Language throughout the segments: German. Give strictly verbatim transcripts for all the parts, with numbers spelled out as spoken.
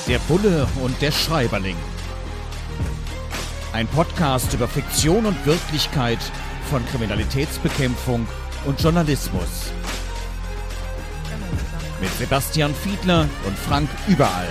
Der Bulle und der Schreiberling. Ein Podcast über Fiktion und Wirklichkeit von Kriminalitätsbekämpfung und Journalismus. Mit Sebastian Fiedler und Frank Überall.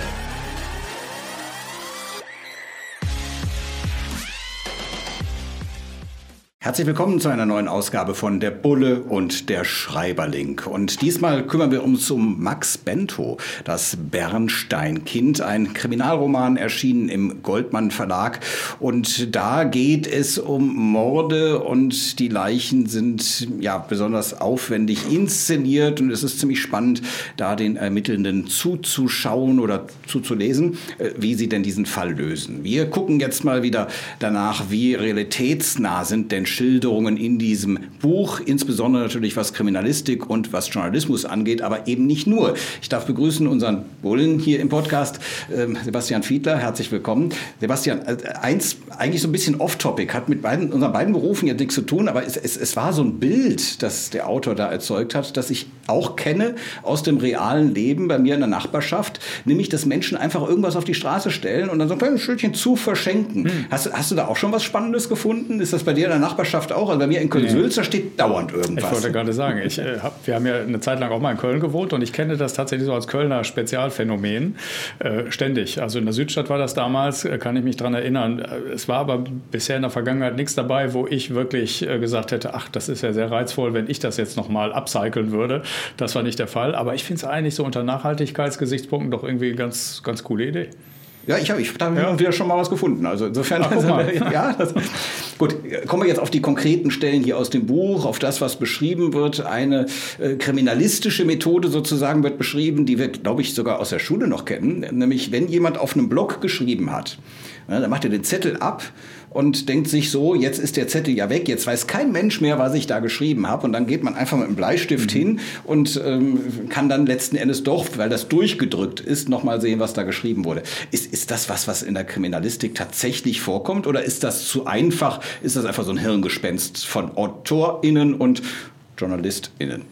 Herzlich willkommen zu einer neuen Ausgabe von Der Bulle und der Schreiberling. Und diesmal kümmern wir uns um Max Bento, das Bernsteinkind, ein Kriminalroman erschienen im Goldmann Verlag. Und da geht es um Morde und die Leichen sind ja besonders aufwendig inszeniert. Und es ist ziemlich spannend, da den Ermittelnden zuzuschauen oder zuzulesen, wie sie denn diesen Fall lösen. Wir gucken jetzt mal wieder danach, wie realitätsnah sind denn Schilderungen in diesem Buch, insbesondere natürlich was Kriminalistik und was Journalismus angeht, aber eben nicht nur. Ich darf begrüßen unseren Bullen hier im Podcast, äh, Sebastian Fiedler, herzlich willkommen. Sebastian, äh, eins eigentlich so ein bisschen off-topic, hat mit beiden, unseren beiden Berufen ja nichts zu tun, aber es, es, es war so ein Bild, das der Autor da erzeugt hat, das ich auch kenne aus dem realen Leben bei mir in der Nachbarschaft, nämlich, dass Menschen einfach irgendwas auf die Straße stellen und dann so ein kleines Schildchen zu verschenken. Hm. Hast, hast du da auch schon was Spannendes gefunden? Ist das bei dir in der Nachbarschaft auch? Also bei mir in Köln-Sülz, da steht dauernd irgendwas. Ich wollte gerade sagen, ich, äh, hab, wir haben ja eine Zeit lang auch mal in Köln gewohnt und ich kenne das tatsächlich so als Kölner Spezialphänomen äh, ständig. Also in der Südstadt war das damals, äh, kann ich mich dran erinnern. Es war aber bisher in der Vergangenheit nichts dabei, wo ich wirklich äh, gesagt hätte, ach, das ist ja sehr reizvoll, wenn ich das jetzt nochmal upcyclen würde. Das war nicht der Fall. Aber ich finde es eigentlich so unter Nachhaltigkeitsgesichtspunkten doch irgendwie eine ganz, ganz coole Idee. Ja, ich habe ich hab ja. wieder schon mal was gefunden. Also insofern, Ach, ja, das, gut, kommen wir jetzt auf die konkreten Stellen hier aus dem Buch, auf das, was beschrieben wird. Eine äh, kriminalistische Methode sozusagen wird beschrieben, die wir, glaube ich, sogar aus der Schule noch kennen. Nämlich, wenn jemand auf einem Blog geschrieben hat, ja, dann macht er den Zettel ab und denkt sich so, jetzt ist der Zettel ja weg, jetzt weiß kein Mensch mehr, was ich da geschrieben habe. Und dann geht man einfach mit einem Bleistift mhm. hin und ähm, kann dann letzten Endes doch, weil das durchgedrückt ist, nochmal sehen, was da geschrieben wurde. Ist, ist das was, was in der Kriminalistik tatsächlich vorkommt? Oder ist das zu einfach? Ist das einfach so ein Hirngespenst von AutorInnen und JournalistInnen?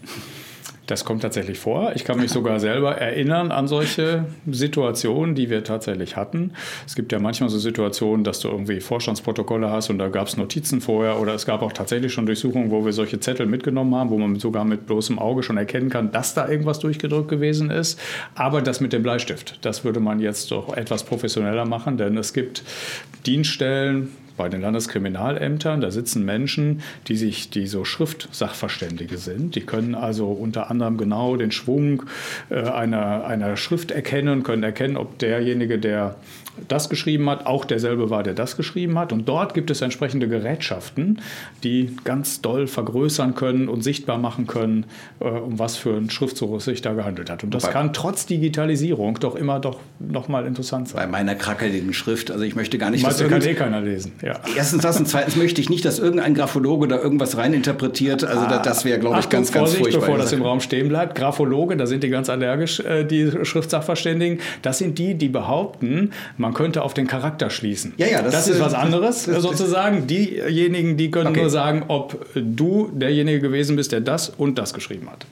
Das kommt tatsächlich vor. Ich kann mich sogar selber erinnern an solche Situationen, die wir tatsächlich hatten. Es gibt ja manchmal so Situationen, dass du irgendwie Vorstandsprotokolle hast und da gab es Notizen vorher oder es gab auch tatsächlich schon Durchsuchungen, wo wir solche Zettel mitgenommen haben, wo man sogar mit bloßem Auge schon erkennen kann, dass da irgendwas durchgedrückt gewesen ist. Aber das mit dem Bleistift, das würde man jetzt doch etwas professioneller machen, denn es gibt Dienststellen bei den Landeskriminalämtern, da sitzen Menschen, die sich, die so Schriftsachverständige sind. Die können also unter anderem genau den Schwung äh, einer, einer Schrift erkennen, können erkennen, ob derjenige, der das geschrieben hat, auch derselbe war, der das geschrieben hat. Und dort gibt es entsprechende Gerätschaften, die ganz doll vergrößern können und sichtbar machen können, äh, um was für ein Schriftzug es sich da gehandelt hat. Und das bei, kann trotz Digitalisierung doch immer doch noch mal interessant sein. Bei meiner krackeligen Schrift, also ich möchte gar nicht, dass irgend... kann eh keiner lesen. Ja. Erstens das und zweitens möchte ich nicht, dass irgendein Graphologe da irgendwas reininterpretiert. Also ah, das wäre, glaube ich, Achtung, ganz, ganz Vorsicht, furchtbar. Bevor das im Raum stehen bleibt. Graphologe, da sind die ganz allergisch, äh, die Schriftsachverständigen. Das sind die, die behaupten, man könnte auf den Charakter schließen. Ja, ja, das, das ist was anderes, das, sozusagen. Diejenigen, die können okay. nur sagen, ob du derjenige gewesen bist, der das und das geschrieben hat.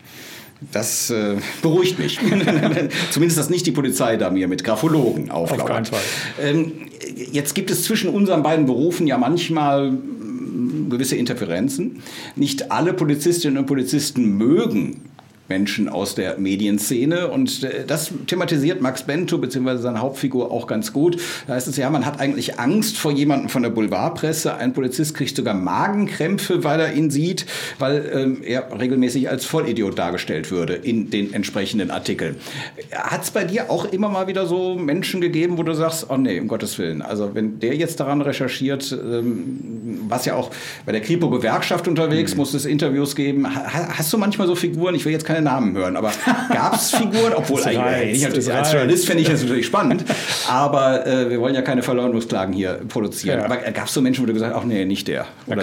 Das äh, beruhigt mich. Zumindest, dass nicht die Polizei da mir mit Graphologen auflauert. Auf keinen Fall. Ähm, jetzt gibt es zwischen unseren beiden Berufen ja manchmal gewisse Interferenzen. Nicht alle Polizistinnen und Polizisten mögen Menschen aus der Medienszene. Und das thematisiert Max Bento bzw. seine Hauptfigur auch ganz gut. Da heißt es ja, man hat eigentlich Angst vor jemandem von der Boulevardpresse. Ein Polizist kriegt sogar Magenkrämpfe, weil er ihn sieht, weil ähm, er regelmäßig als Vollidiot dargestellt würde in den entsprechenden Artikeln. Hat es bei dir auch immer mal wieder so Menschen gegeben, wo du sagst, oh nee, um Gottes Willen, also wenn der jetzt daran recherchiert, ähm, was ja auch bei der Kripo-Gewerkschaft unterwegs, mhm. muss es Interviews geben. Ha- hast du manchmal so Figuren, ich will jetzt keine Namen hören, aber gab es Figuren, obwohl reizt, eigentlich, als, als Journalist fände ich das natürlich spannend, aber äh, wir wollen ja keine Verleumdungsklagen hier produzieren. Ja. Aber gab es so Menschen, wo du gesagt hast, ach nee, nicht der oder Na klar. die?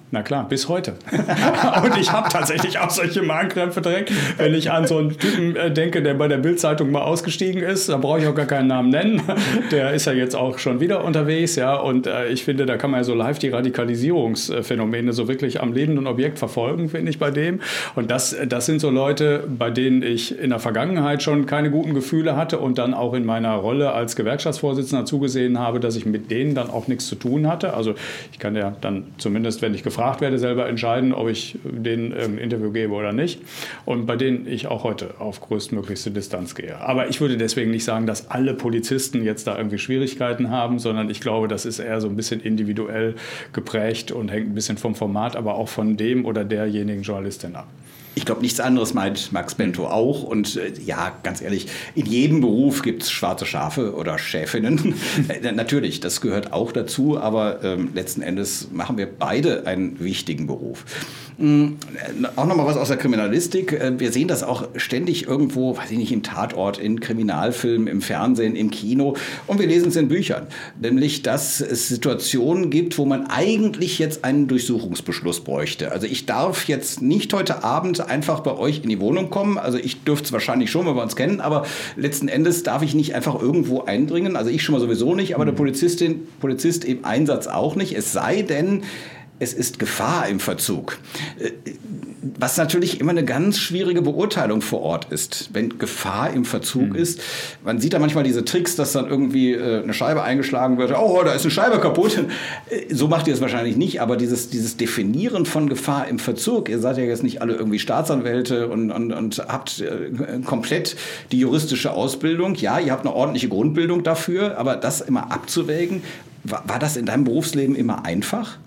Na klar, bis heute. Und ich habe tatsächlich auch solche Magenkrämpfe direkt, wenn ich an so einen Typen äh, denke, der bei der Bild-Zeitung mal ausgestiegen ist. Da brauche ich auch gar keinen Namen nennen. Der ist ja jetzt auch schon wieder unterwegs. Ja, und äh, ich finde, da kann man ja so live die Radikalisierungsphänomene so wirklich am lebenden Objekt verfolgen, finde ich bei dem. Und das, das sind so Leute, bei denen ich in der Vergangenheit schon keine guten Gefühle hatte und dann auch in meiner Rolle als Gewerkschaftsvorsitzender zugesehen habe, dass ich mit denen dann auch nichts zu tun hatte. Also ich kann ja dann zumindest, wenn ich gefragt werde, selber entscheiden, ob ich denen ein Interview gebe oder nicht. Und bei denen ich auch heute auf größtmöglichste Distanz gehe. Aber ich würde deswegen nicht sagen, dass alle Polizisten jetzt da irgendwie Schwierigkeiten haben, sondern ich glaube, das ist eher so ein bisschen individuell geprägt und hängt ein bisschen vom Format, aber auch von dem oder derjenigen Journalistin ab. Ich glaube, nichts anderes meint Max Bento auch. Und äh, ja, ganz ehrlich, in jedem Beruf gibt es schwarze Schafe oder Schäfinnen. Natürlich, das gehört auch dazu. Aber ähm, letzten Endes machen wir beide einen wichtigen Beruf. Ähm, auch noch mal was aus der Kriminalistik. Äh, wir sehen das auch ständig irgendwo, weiß ich nicht, im Tatort, in Kriminalfilmen, im Fernsehen, im Kino. Und wir lesen es in Büchern. Nämlich, dass es Situationen gibt, wo man eigentlich jetzt einen Durchsuchungsbeschluss bräuchte. Also ich darf jetzt nicht heute Abend einfach bei euch in die Wohnung kommen. Also ich dürfte es wahrscheinlich schon, weil wir uns kennen, aber letzten Endes darf ich nicht einfach irgendwo eindringen. Also ich schon mal sowieso nicht, aber der Polizistin, Polizist im Einsatz auch nicht. Es sei denn, es ist Gefahr im Verzug. Was natürlich immer eine ganz schwierige Beurteilung vor Ort ist, wenn Gefahr im Verzug mhm. ist. Man sieht da manchmal diese Tricks, dass dann irgendwie äh, eine Scheibe eingeschlagen wird. Oh, da ist eine Scheibe kaputt. So macht ihr es wahrscheinlich nicht, aber dieses, dieses Definieren von Gefahr im Verzug, ihr seid ja jetzt nicht alle irgendwie Staatsanwälte und, und, und habt äh, komplett die juristische Ausbildung. Ja, ihr habt eine ordentliche Grundbildung dafür, aber das immer abzuwägen, war, war das in deinem Berufsleben immer einfach?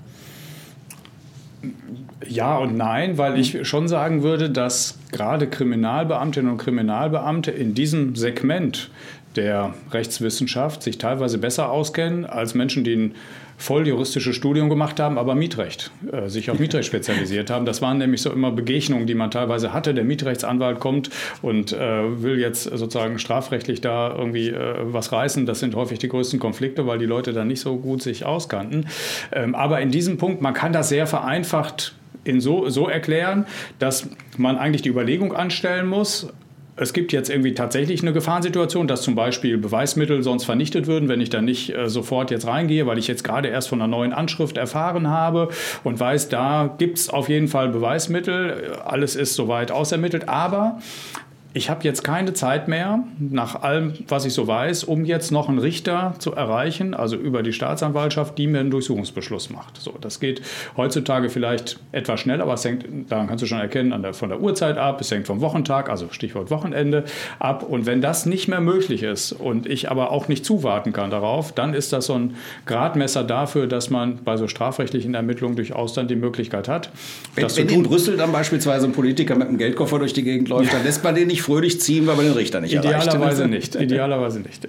Ja und nein, weil ich schon sagen würde, dass gerade Kriminalbeamtinnen und Kriminalbeamte in diesem Segment der Rechtswissenschaft sich teilweise besser auskennen als Menschen, die ein voll juristisches Studium gemacht haben, aber Mietrecht, äh, sich auf Mietrecht spezialisiert haben. Das waren nämlich so immer Begegnungen, die man teilweise hatte. Der Mietrechtsanwalt kommt und äh, will jetzt sozusagen strafrechtlich da irgendwie äh, was reißen. Das sind häufig die größten Konflikte, weil die Leute da nicht so gut sich auskannten. Ähm, aber in diesem Punkt, man kann das sehr vereinfacht in so, so erklären, dass man eigentlich die Überlegung anstellen muss, es gibt jetzt irgendwie tatsächlich eine Gefahrensituation, dass zum Beispiel Beweismittel sonst vernichtet würden, wenn ich da nicht äh, sofort jetzt reingehe, weil ich jetzt gerade erst von einer neuen Anschrift erfahren habe und weiß, da gibt es auf jeden Fall Beweismittel, alles ist soweit ausermittelt, aber ich habe jetzt keine Zeit mehr, nach allem, was ich so weiß, um jetzt noch einen Richter zu erreichen, also über die Staatsanwaltschaft, die mir einen Durchsuchungsbeschluss macht. So, das geht heutzutage vielleicht etwas schneller, aber es hängt, daran kannst du schon erkennen, an der, von der Uhrzeit ab, es hängt vom Wochentag, also Stichwort Wochenende, ab. Und wenn das nicht mehr möglich ist und ich aber auch nicht zuwarten kann darauf, dann ist das so ein Gradmesser dafür, dass man bei so strafrechtlichen Ermittlungen durchaus dann die Möglichkeit hat. Wenn, wenn in Brüssel dann beispielsweise ein Politiker mit einem Geldkoffer durch die Gegend läuft, ja. dann lässt man den nicht fröhlich ziehen, weil man den Richter nicht erreicht. Idealerweise nicht. Idealerweise nicht.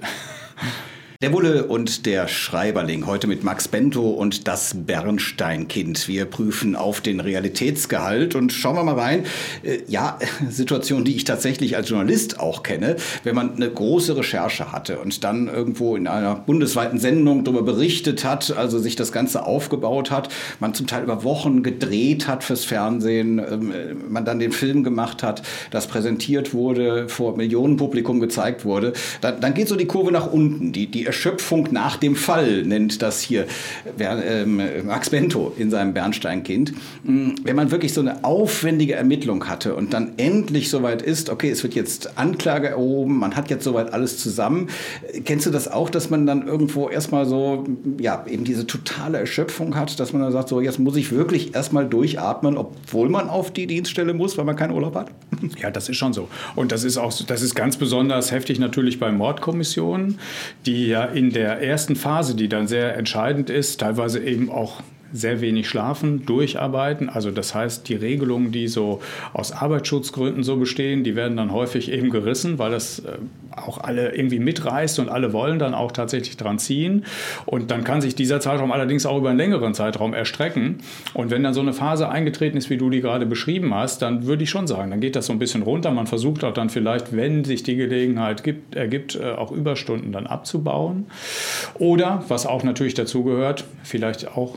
Der Bulle und der Schreiberling, heute mit Max Bento und das Bernsteinkind. Wir prüfen auf den Realitätsgehalt und schauen wir mal rein. Ja, Situation, die ich tatsächlich als Journalist auch kenne, wenn man eine große Recherche hatte und dann irgendwo in einer bundesweiten Sendung darüber berichtet hat, also sich das Ganze aufgebaut hat, man zum Teil über Wochen gedreht hat fürs Fernsehen, man dann den Film gemacht hat, das präsentiert wurde, vor Millionenpublikum gezeigt wurde, dann, dann geht so die Kurve nach unten. Die, die Erschöpfung nach dem Fall nennt das hier ähm, Max Bento in seinem Bernsteinkind. Wenn man wirklich so eine aufwendige Ermittlung hatte und dann endlich soweit ist, okay, es wird jetzt Anklage erhoben, man hat jetzt soweit alles zusammen. Kennst du das auch, dass man dann irgendwo erstmal so, ja, eben diese totale Erschöpfung hat, dass man dann sagt, so jetzt muss ich wirklich erstmal durchatmen, obwohl man auf die Dienststelle muss, weil man keinen Urlaub hat? Ja, das ist schon so. Und das ist auch, das ist ganz besonders heftig natürlich bei Mordkommissionen, die ja in der ersten Phase, die dann sehr entscheidend ist, teilweise eben auch sehr wenig schlafen, durcharbeiten. Also das heißt, die Regelungen, die so aus Arbeitsschutzgründen so bestehen, die werden dann häufig eben gerissen, weil das äh, auch alle irgendwie mitreißt und alle wollen dann auch tatsächlich dran ziehen. Und dann kann sich dieser Zeitraum allerdings auch über einen längeren Zeitraum erstrecken. Und wenn dann so eine Phase eingetreten ist, wie du die gerade beschrieben hast, dann würde ich schon sagen, dann geht das so ein bisschen runter. Man versucht auch dann vielleicht, wenn sich die Gelegenheit gibt, ergibt, äh, auch Überstunden dann abzubauen. Oder, was auch natürlich dazu gehört, vielleicht auch sogar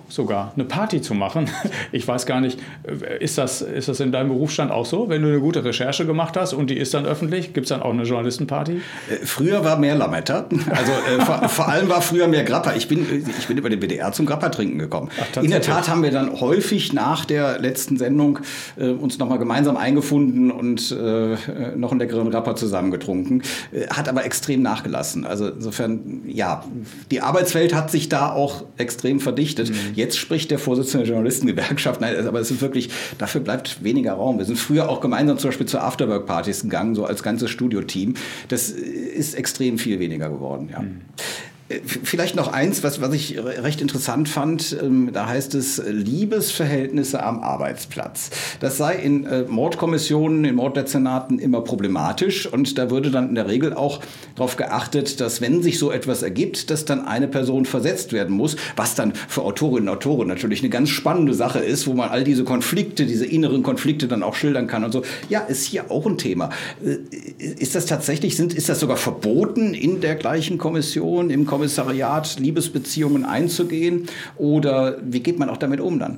ja, eine Party zu machen. Ich weiß gar nicht, ist das, ist das in deinem Berufsstand auch so, wenn du eine gute Recherche gemacht hast und die ist dann öffentlich? Gibt es dann auch eine Journalistenparty? Früher war mehr Lametta. Also äh, vor, vor allem war früher mehr Grappa. Ich bin, ich bin über den W D R zum Grappa-Trinken gekommen. Ach, in der Tat haben wir dann häufig nach der letzten Sendung äh, uns nochmal gemeinsam eingefunden und äh, noch einen leckeren Grappa zusammengetrunken. Äh, hat aber extrem nachgelassen. Also insofern, ja, die Arbeitswelt hat sich da auch extrem verdichtet. Mhm. Jetzt spricht der Vorsitzende der Journalistengewerkschaft. Nein, aber es ist wirklich, dafür bleibt weniger Raum. Wir sind früher auch gemeinsam zum Beispiel zu Afterwork-Partys gegangen, so als ganzes Studioteam. Das ist extrem viel weniger geworden, ja. Mhm. Vielleicht noch eins, was, was ich recht interessant fand. Da heißt es Liebesverhältnisse am Arbeitsplatz. Das sei in Mordkommissionen, in Morddezernaten immer problematisch. Und da würde dann in der Regel auch darauf geachtet, dass wenn sich so etwas ergibt, dass dann eine Person versetzt werden muss. Was dann für Autorinnen und Autoren natürlich eine ganz spannende Sache ist, wo man all diese Konflikte, diese inneren Konflikte dann auch schildern kann und so. Ja, ist hier auch ein Thema. Ist das tatsächlich, sind, ist das sogar verboten in der gleichen Kommission, im Kommissariat Liebesbeziehungen einzugehen oder wie geht man auch damit um dann?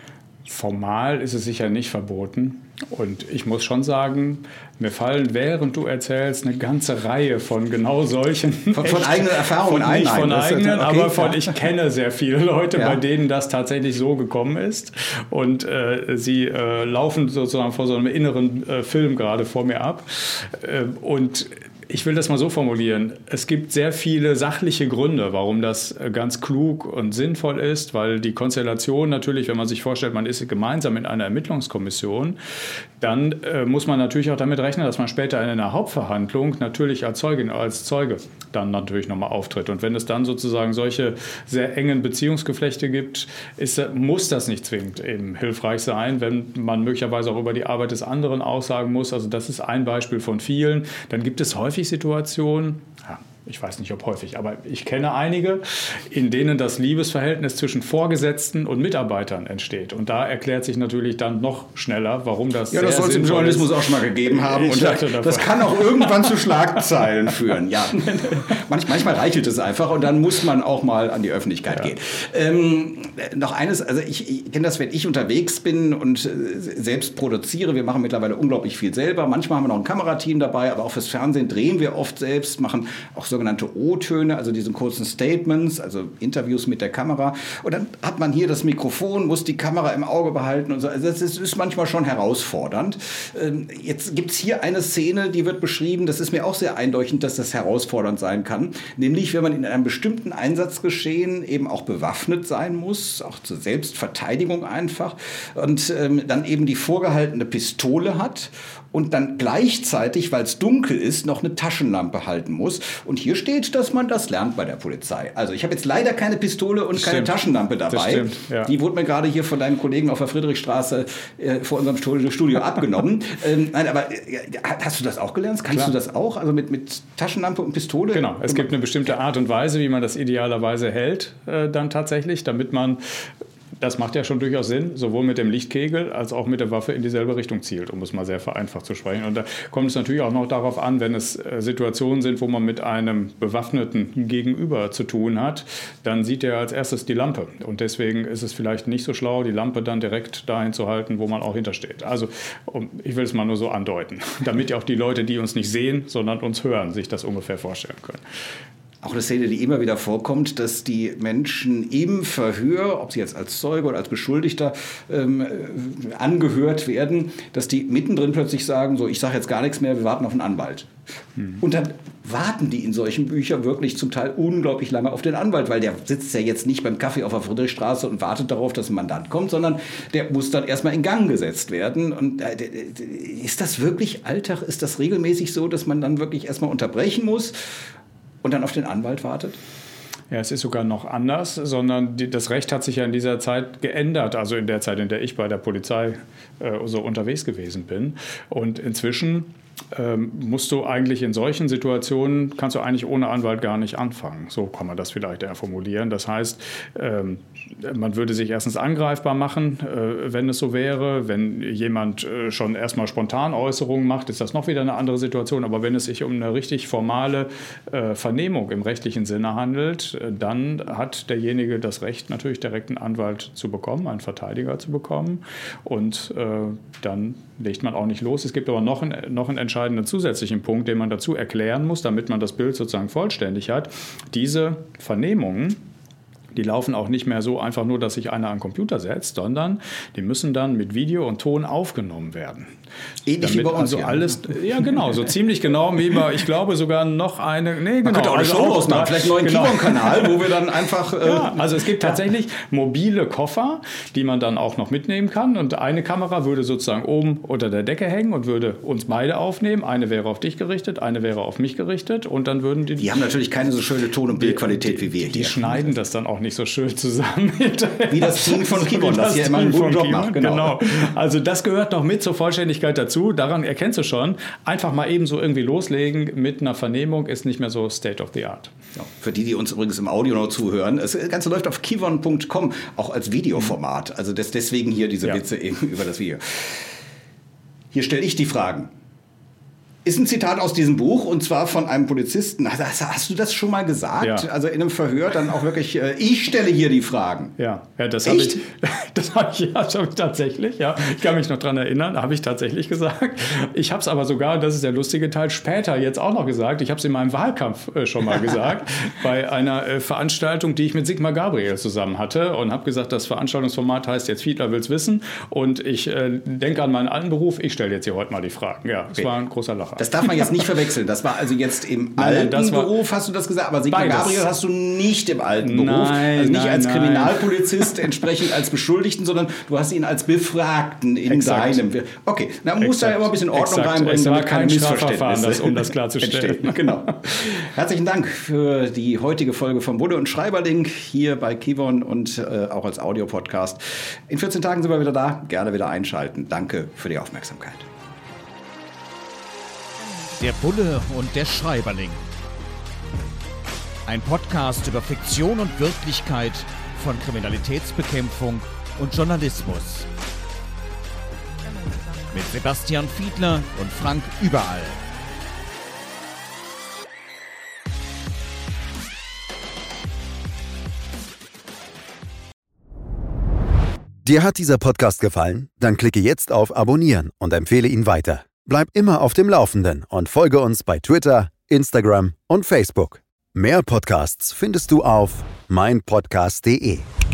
Formal ist es sicher nicht verboten und ich muss schon sagen, mir fallen, während du erzählst, eine ganze Reihe von genau solchen... Von, von eigenen Erfahrungen ein. Nicht von eigenen, okay, aber von, ja. ich kenne sehr viele Leute, ja. bei denen das tatsächlich so gekommen ist und äh, sie äh, laufen sozusagen vor so einem inneren äh, Film gerade vor mir ab äh, und ich will das mal so formulieren. Es gibt sehr viele sachliche Gründe, warum das ganz klug und sinnvoll ist, weil die Konstellation natürlich, wenn man sich vorstellt, man ist gemeinsam in einer Ermittlungskommission, dann äh, muss man natürlich auch damit rechnen, dass man später in einer Hauptverhandlung natürlich als Zeugin, als Zeuge dann natürlich nochmal auftritt. Und wenn es dann sozusagen solche sehr engen Beziehungsgeflechte gibt, ist, muss das nicht zwingend eben hilfreich sein, wenn man möglicherweise auch über die Arbeit des anderen aussagen muss. Also das ist ein Beispiel von vielen. Dann gibt es häufig Situationen, ja, ich weiß nicht, ob häufig, aber ich kenne einige, in denen das Liebesverhältnis zwischen Vorgesetzten und Mitarbeitern entsteht. Und da erklärt sich natürlich dann noch schneller, warum das ja, das soll es im Journalismus auch schon mal gegeben haben. Und das, das kann auch irgendwann zu Schlagzeilen führen. Ja, Manch, manchmal reichelt es einfach und dann muss man auch mal an die Öffentlichkeit ja. gehen. Ähm, noch eines, also ich, ich kenne das, wenn ich unterwegs bin und äh, selbst produziere. Wir machen mittlerweile unglaublich viel selber. Manchmal haben wir noch ein Kamerateam dabei, aber auch fürs Fernsehen drehen wir oft selbst, machen auch so sogenannte O-Töne, also diese kurzen Statements, also Interviews mit der Kamera. Und dann hat man hier das Mikrofon, muss die Kamera im Auge behalten und so. Also das ist, ist manchmal schon herausfordernd. Ähm, jetzt gibt es hier eine Szene, die wird beschrieben, das ist mir auch sehr eindeutig, dass das herausfordernd sein kann. Nämlich, wenn man in einem bestimmten Einsatzgeschehen eben auch bewaffnet sein muss, auch zur Selbstverteidigung einfach, und ähm, dann eben die vorgehaltene Pistole hat und dann gleichzeitig, weil es dunkel ist, noch eine Taschenlampe halten muss. Und hier steht, dass man das lernt bei der Polizei. Also ich habe jetzt leider keine Pistole und das keine stimmt. Taschenlampe dabei. Das stimmt, ja. Die wurde mir gerade hier von deinen Kollegen auf der Friedrichstraße äh, vor unserem Studio abgenommen. ähm, nein, aber äh, hast du das auch gelernt? Kannst Klar. du das auch? Also mit, mit Taschenlampe und Pistole? Genau, es gibt eine bestimmte Art und Weise, wie man das idealerweise hält äh, dann tatsächlich, damit man... Das macht ja schon durchaus Sinn, sowohl mit dem Lichtkegel als auch mit der Waffe in dieselbe Richtung zielt, um es mal sehr vereinfacht zu sprechen. Und da kommt es natürlich auch noch darauf an, wenn es Situationen sind, wo man mit einem bewaffneten Gegenüber zu tun hat, dann sieht er als erstes die Lampe. Und deswegen ist es vielleicht nicht so schlau, die Lampe dann direkt dahin zu halten, wo man auch hintersteht. Also ich will es mal nur so andeuten, damit auch die Leute, die uns nicht sehen, sondern uns hören, sich das ungefähr vorstellen können. Auch eine Szene, die immer wieder vorkommt, dass die Menschen im Verhör, ob sie jetzt als Zeuge oder als Beschuldigter ähm, angehört werden, dass die mittendrin plötzlich sagen, so, ich sage jetzt gar nichts mehr, wir warten auf einen Anwalt. Mhm. Und dann warten die in solchen Büchern wirklich zum Teil unglaublich lange auf den Anwalt, weil der sitzt ja jetzt nicht beim Kaffee auf der Friedrichstraße und wartet darauf, dass ein Mandant kommt, sondern der muss dann erstmal in Gang gesetzt werden. Und äh, ist das wirklich Alltag? Ist das regelmäßig so, dass man dann wirklich erstmal unterbrechen muss und dann auf den Anwalt wartet? Ja, es ist sogar noch anders, sondern die, das Recht hat sich ja in dieser Zeit geändert, also in der Zeit, in der ich bei der Polizei äh, so unterwegs gewesen bin. Und inzwischen ähm, musst du eigentlich in solchen Situationen, kannst du eigentlich ohne Anwalt gar nicht anfangen. So kann man das vielleicht eher formulieren. Das heißt, ähm, man würde sich erstens angreifbar machen, äh, wenn es so wäre. Wenn jemand äh, schon erstmal spontan Äußerungen macht, ist das noch wieder eine andere Situation. Aber wenn es sich um eine richtig formale äh, Vernehmung im rechtlichen Sinne handelt, äh, dann hat derjenige das Recht, natürlich direkt einen Anwalt zu bekommen, einen Verteidiger zu bekommen. Und äh, dann legt man auch nicht los. Es gibt aber noch einen, noch einen entscheidenden zusätzlichen Punkt, den man dazu erklären muss, damit man das Bild sozusagen vollständig hat. Diese Vernehmungen, die laufen auch nicht mehr so einfach nur, dass sich einer an den Computer setzt, sondern die müssen dann mit Video und Ton aufgenommen werden. Ähnlich wie bei uns. Also alles, ja, genau, so ziemlich genau wie bei, ich glaube sogar noch eine, nee, genau. Man könnte auch eine also Show auch, ausmachen, vielleicht einen neuen genau. Keyboard-Kanal, wo wir dann einfach... Äh, ja, also es gibt tatsächlich mobile Koffer, die man dann auch noch mitnehmen kann. Und eine Kamera würde sozusagen oben unter der Decke hängen und würde uns beide aufnehmen. Eine wäre auf dich gerichtet, eine wäre auf mich gerichtet. Und dann würden die... Die haben natürlich keine so schöne Ton- und Bildqualität wie wir hier. Die schneiden das dann auch nicht so schön zusammen. Wie das Team von Keyboard, das, das hier immer einen guten Job macht. Genau. genau. Also das gehört noch mit zur Vollständigkeit dazu. Daran erkennst du schon. Einfach mal eben so irgendwie loslegen mit einer Vernehmung ist nicht mehr so State of the Art. Ja, für die, die uns übrigens im Audio noch zuhören, das Ganze läuft auf keyvon punkt com, auch als Videoformat. Also das, deswegen hier diese ja. Witze eben über das Video. Hier stelle ich die Fragen. Ist ein Zitat aus diesem Buch und zwar von einem Polizisten. Hast, hast du das schon mal gesagt? Ja. Also in einem Verhör dann auch wirklich, äh, ich stelle hier die Fragen. Ja, ja das habe ich, das hab ich, ja, das hab ich tatsächlich, ja. Ich kann mich noch dran erinnern, habe ich tatsächlich gesagt. Ich habe es aber sogar, das ist der lustige Teil, später jetzt auch noch gesagt. Ich habe es in meinem Wahlkampf äh, schon mal gesagt, bei einer äh, Veranstaltung, die ich mit Sigmar Gabriel zusammen hatte und habe gesagt, das Veranstaltungsformat heißt jetzt Fiedler will's wissen und ich äh, denke an meinen alten Beruf, ich stelle jetzt hier heute mal die Fragen. Ja, es okay. war ein großer Lacher. Das darf man jetzt nicht verwechseln. Das war also jetzt im nein, alten Beruf, hast du das gesagt, aber Sigmar Gabriel hast du nicht im alten nein, Beruf. Also nicht nein, als Kriminalpolizist entsprechend als Beschuldigten, sondern du hast ihn als Befragten in Exakt. deinem... Okay, da muss da ja immer ein bisschen Ordnung Exakt. reinbringen, damit keine Missverständnisse. Das, um das klarzustellen. Genau. Herzlichen Dank für die heutige Folge von Bulle und Schreiberling hier bei Keyvon und äh, auch als Audiopodcast. In vierzehn Tagen sind wir wieder da. Gerne wieder einschalten. Danke für die Aufmerksamkeit. Der Bulle und der Schreiberling. Ein Podcast über Fiktion und Wirklichkeit von Kriminalitätsbekämpfung und Journalismus. Mit Sebastian Fiedler und Frank Überall. Dir hat dieser Podcast gefallen? Dann klicke jetzt auf Abonnieren und empfehle ihn weiter. Bleib immer auf dem Laufenden und folge uns bei Twitter, Instagram und Facebook. Mehr Podcasts findest du auf mein podcast punkt de.